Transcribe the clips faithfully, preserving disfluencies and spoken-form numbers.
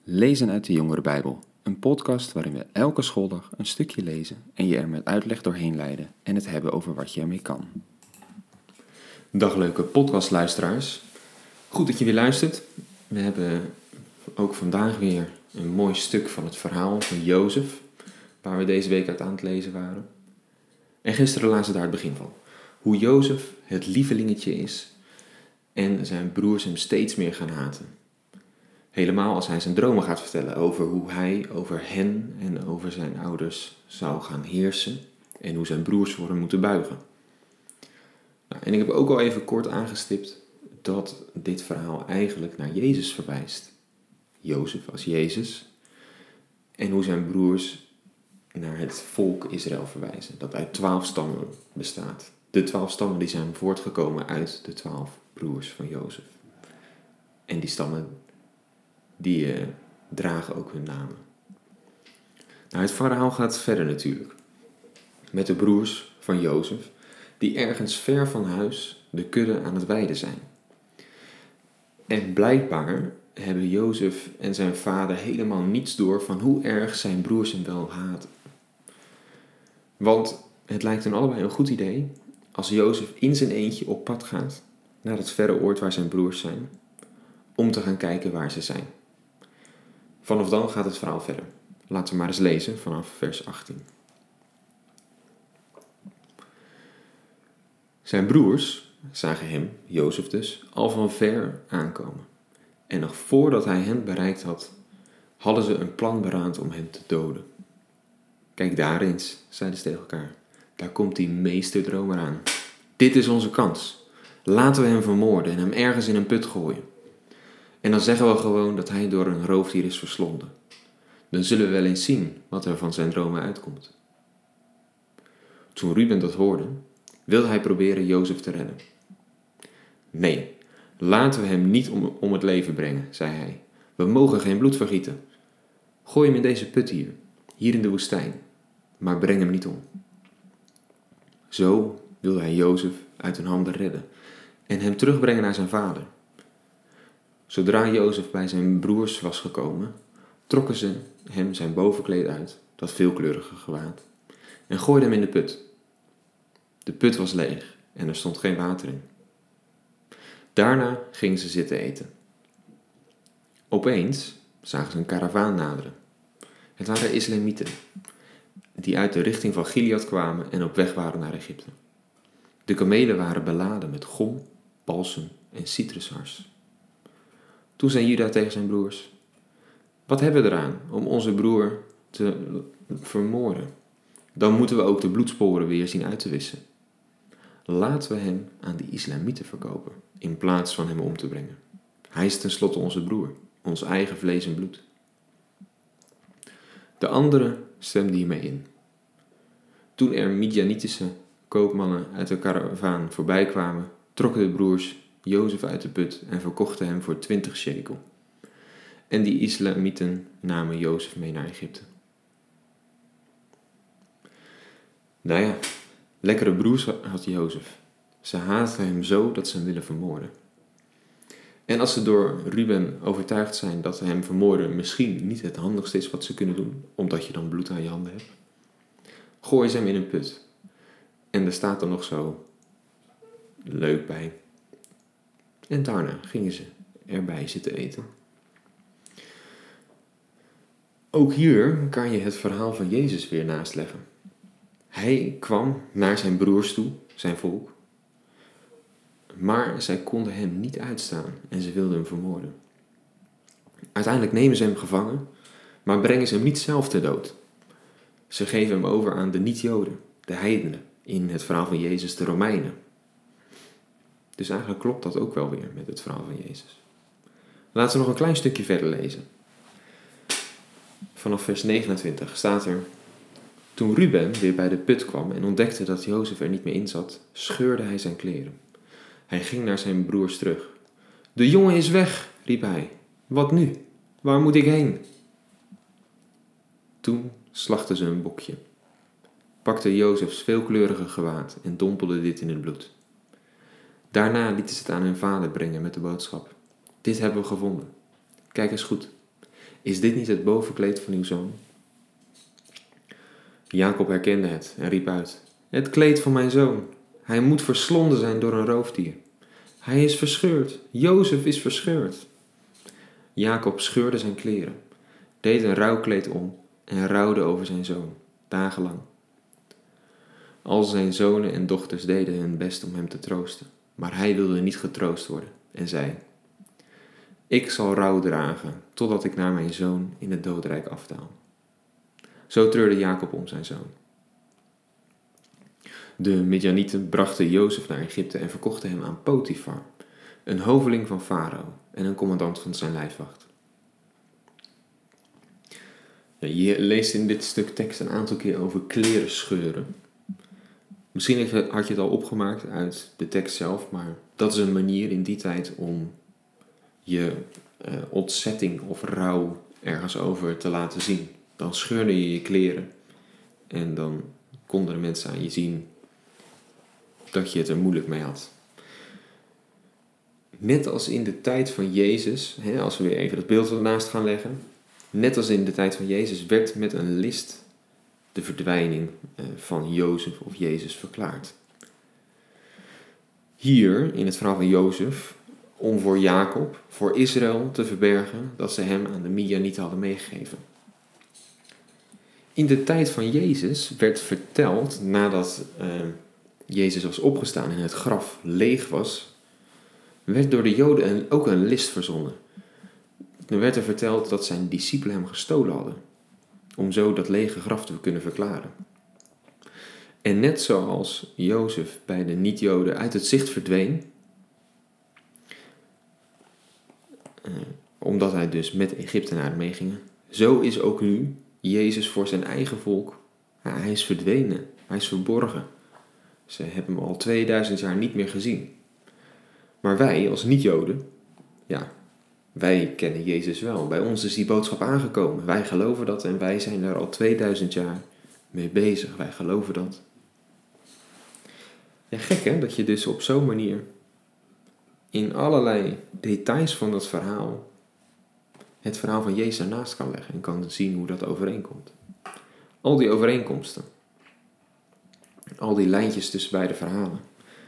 Lezen uit de Jongerenbijbel, een podcast waarin we elke schooldag een stukje lezen en je er met uitleg doorheen leiden en het hebben over wat je ermee kan. Dag leuke podcastluisteraars. Goed dat je weer luistert. We hebben ook vandaag weer een mooi stuk van het verhaal van Jozef, waar we deze week uit aan het lezen waren. En gisteren lazen we daar het begin van. Hoe Jozef het lievelingetje is en zijn broers hem steeds meer gaan haten. Helemaal als hij zijn dromen gaat vertellen over hoe hij over hen en over zijn ouders zou gaan heersen en hoe zijn broers voor hem moeten buigen. Nou, en ik heb ook al even kort aangestipt dat dit verhaal eigenlijk naar Jezus verwijst. Jozef als Jezus en hoe zijn broers naar het volk Israël verwijzen, dat uit twaalf stammen bestaat. De twaalf stammen die zijn voortgekomen uit de twaalf broers van Jozef. En die stammen die uh, dragen ook hun namen. Nou, het verhaal gaat verder natuurlijk. Met de broers van Jozef, die ergens ver van huis de kudde aan het weiden zijn. En blijkbaar hebben Jozef en zijn vader helemaal niets door van hoe erg zijn broers hem wel haten. Want het lijkt hen allebei een goed idee als Jozef in zijn eentje op pad gaat naar het verre oord waar zijn broers zijn, om te gaan kijken waar ze zijn. Vanaf dan gaat het verhaal verder. Laten we maar eens lezen vanaf vers achttien. Zijn broers zagen hem, Jozef dus, al van ver aankomen. En nog voordat hij hen bereikt had, hadden ze een plan beraamd om hem te doden. Kijk daar eens, zeiden ze tegen elkaar. Daar komt die meesterdromer aan. Dit is onze kans. Laten we hem vermoorden en hem ergens in een put gooien. En dan zeggen we gewoon dat hij door een roofdier is verslonden. Dan zullen we wel eens zien wat er van zijn dromen uitkomt. Toen Ruben dat hoorde, wilde hij proberen Jozef te redden. Nee, laten we hem niet om, om het leven brengen, zei hij. We mogen geen bloed vergieten. Gooi hem in deze put hier, hier in de woestijn, maar breng hem niet om. Zo wilde hij Jozef uit hun handen redden en hem terugbrengen naar zijn vader. Zodra Jozef bij zijn broers was gekomen, trokken ze hem zijn bovenkleed uit, dat veelkleurige gewaad, en gooiden hem in de put. De put was leeg en er stond geen water in. Daarna gingen ze zitten eten. Opeens zagen ze een karavaan naderen. Het waren Islamieten, die uit de richting van Gilead kwamen en op weg waren naar Egypte. De kamelen waren beladen met gom, balsem en citrushars. Toen zei Juda tegen zijn broers: wat hebben we eraan om onze broer te vermoorden? Dan moeten we ook de bloedsporen weer zien uit te wissen. Laten we hem aan die Islamieten verkopen, in plaats van hem om te brengen. Hij is tenslotte onze broer, ons eigen vlees en bloed. De anderen stemden hiermee in. Toen er Midjanitische koopmannen uit de karavaan voorbij kwamen, trokken de broers Jozef uit de put en verkochten hem voor twintig shekel. En die Islamieten namen Jozef mee naar Egypte. Nou ja, lekkere broers had Jozef. Ze haatten hem zo dat ze hem willen vermoorden. En als ze door Ruben overtuigd zijn dat hem vermoorden misschien niet het handigste is wat ze kunnen doen, omdat je dan bloed aan je handen hebt, gooien ze hem in een put. En er staat er nog zo leuk bij. En daarna gingen ze erbij zitten eten. Ook hier kan je het verhaal van Jezus weer naastleggen. Hij kwam naar zijn broers toe, zijn volk. Maar zij konden hem niet uitstaan en ze wilden hem vermoorden. Uiteindelijk nemen ze hem gevangen, maar brengen ze hem niet zelf ter dood. Ze geven hem over aan de niet-Joden, de heidenen, in het verhaal van Jezus, de Romeinen. Dus eigenlijk klopt dat ook wel weer met het verhaal van Jezus. Laten we nog een klein stukje verder lezen. Vanaf vers negenentwintig staat er: toen Ruben weer bij de put kwam en ontdekte dat Jozef er niet meer in zat, scheurde hij zijn kleren. Hij ging naar zijn broers terug. De jongen is weg, riep hij. Wat nu? Waar moet ik heen? Toen slachtten ze een bokje, pakten Jozefs veelkleurige gewaad en dompelden dit in het bloed. Daarna lieten ze het aan hun vader brengen met de boodschap: dit hebben we gevonden. Kijk eens goed. Is dit niet het bovenkleed van uw zoon? Jacob herkende het en riep uit: het kleed van mijn zoon. Hij moet verslonden zijn door een roofdier. Hij is verscheurd. Jozef is verscheurd. Jacob scheurde zijn kleren, deed een rouwkleed om en rouwde over zijn zoon, dagenlang. Al zijn zonen en dochters deden hun best om hem te troosten, maar hij wilde niet getroost worden en zei: ik zal rouw dragen totdat ik naar mijn zoon in het doodrijk afdaal. Zo treurde Jacob om zijn zoon. De Midjanieten brachten Jozef naar Egypte en verkochten hem aan Potifar, een hoveling van Farao en een commandant van zijn lijfwacht. Ja, je leest in dit stuk tekst een aantal keer over kleren scheuren. Misschien had je het al opgemaakt uit de tekst zelf, maar dat is een manier in die tijd om je uh, ontzetting of rouw ergens over te laten zien. Dan scheurde je je kleren en dan konden de mensen aan je zien dat je het er moeilijk mee had. Net als in de tijd van Jezus, hè, als we weer even dat beeld ernaast gaan leggen. Net als in de tijd van Jezus werd met een list de verdwijning van Jozef of Jezus verklaard. Hier in het verhaal van Jozef, om voor Jacob, voor Israël te verbergen dat ze hem aan de Midjanieten hadden meegegeven. In de tijd van Jezus werd verteld, nadat uh, Jezus was opgestaan en het graf leeg was, werd door de Joden een, ook een list verzonnen. Er werd er verteld dat zijn discipelen hem gestolen hadden, om zo dat lege graf te kunnen verklaren. En net zoals Jozef bij de niet-Joden uit het zicht verdween, eh, omdat hij dus met Egyptenaren meegingen, zo is ook nu Jezus voor zijn eigen volk, ja, hij is verdwenen, hij is verborgen. Ze hebben hem al tweeduizend jaar niet meer gezien. Maar wij als niet-Joden, ja, wij kennen Jezus wel. Bij ons is die boodschap aangekomen. Wij geloven dat en wij zijn daar al tweeduizend jaar mee bezig. Wij geloven dat. Ja, gek hè, dat je dus op zo'n manier in allerlei details van dat verhaal het verhaal van Jezus ernaast kan leggen en kan zien hoe dat overeenkomt. Al die overeenkomsten. Al die lijntjes tussen beide verhalen.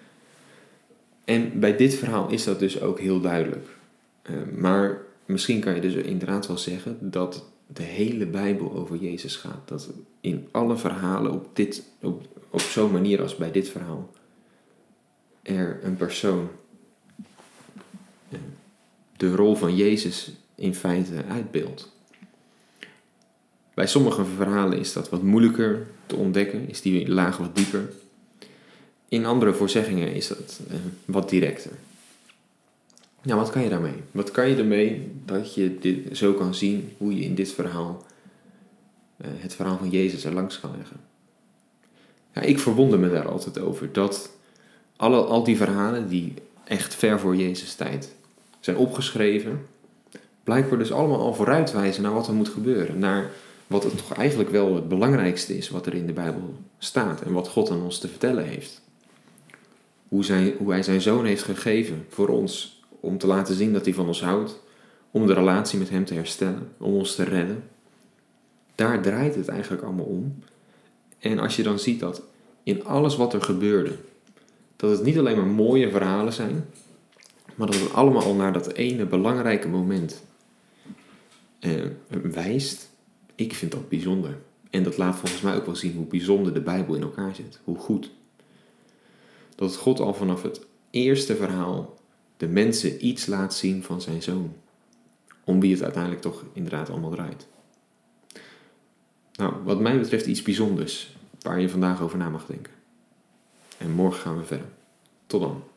En bij dit verhaal is dat dus ook heel duidelijk. Uh, maar misschien kan je dus inderdaad wel zeggen dat de hele Bijbel over Jezus gaat. Dat in alle verhalen op, dit, op, op zo'n manier als bij dit verhaal er een persoon uh, de rol van Jezus in feite uitbeeldt. Bij sommige verhalen is dat wat moeilijker te ontdekken, is die laag wat dieper. In andere voorzeggingen is dat uh, wat directer. Nou, wat kan je daarmee? Wat kan je ermee dat je dit zo kan zien hoe je in dit verhaal uh, het verhaal van Jezus er langs kan leggen? Ja, ik verwonder me daar altijd over dat alle, al die verhalen die echt ver voor Jezus tijd zijn opgeschreven, blijkbaar dus allemaal al vooruitwijzen naar wat er moet gebeuren. Naar wat het toch eigenlijk wel het belangrijkste is wat er in de Bijbel staat en wat God aan ons te vertellen heeft. Hoe, zij, hoe hij zijn zoon heeft gegeven voor ons, om te laten zien dat hij van ons houdt, om de relatie met hem te herstellen, om ons te redden. Daar draait het eigenlijk allemaal om. En als je dan ziet dat in alles wat er gebeurde, dat het niet alleen maar mooie verhalen zijn, maar dat het allemaal al naar dat ene belangrijke moment eh, wijst, ik vind dat bijzonder. En dat laat volgens mij ook wel zien hoe bijzonder de Bijbel in elkaar zit, hoe goed. Dat God al vanaf het eerste verhaal de mensen iets laat zien van zijn zoon. Om wie het uiteindelijk toch inderdaad allemaal draait. Nou, wat mij betreft iets bijzonders, waar je vandaag over na mag denken. En morgen gaan we verder. Tot dan.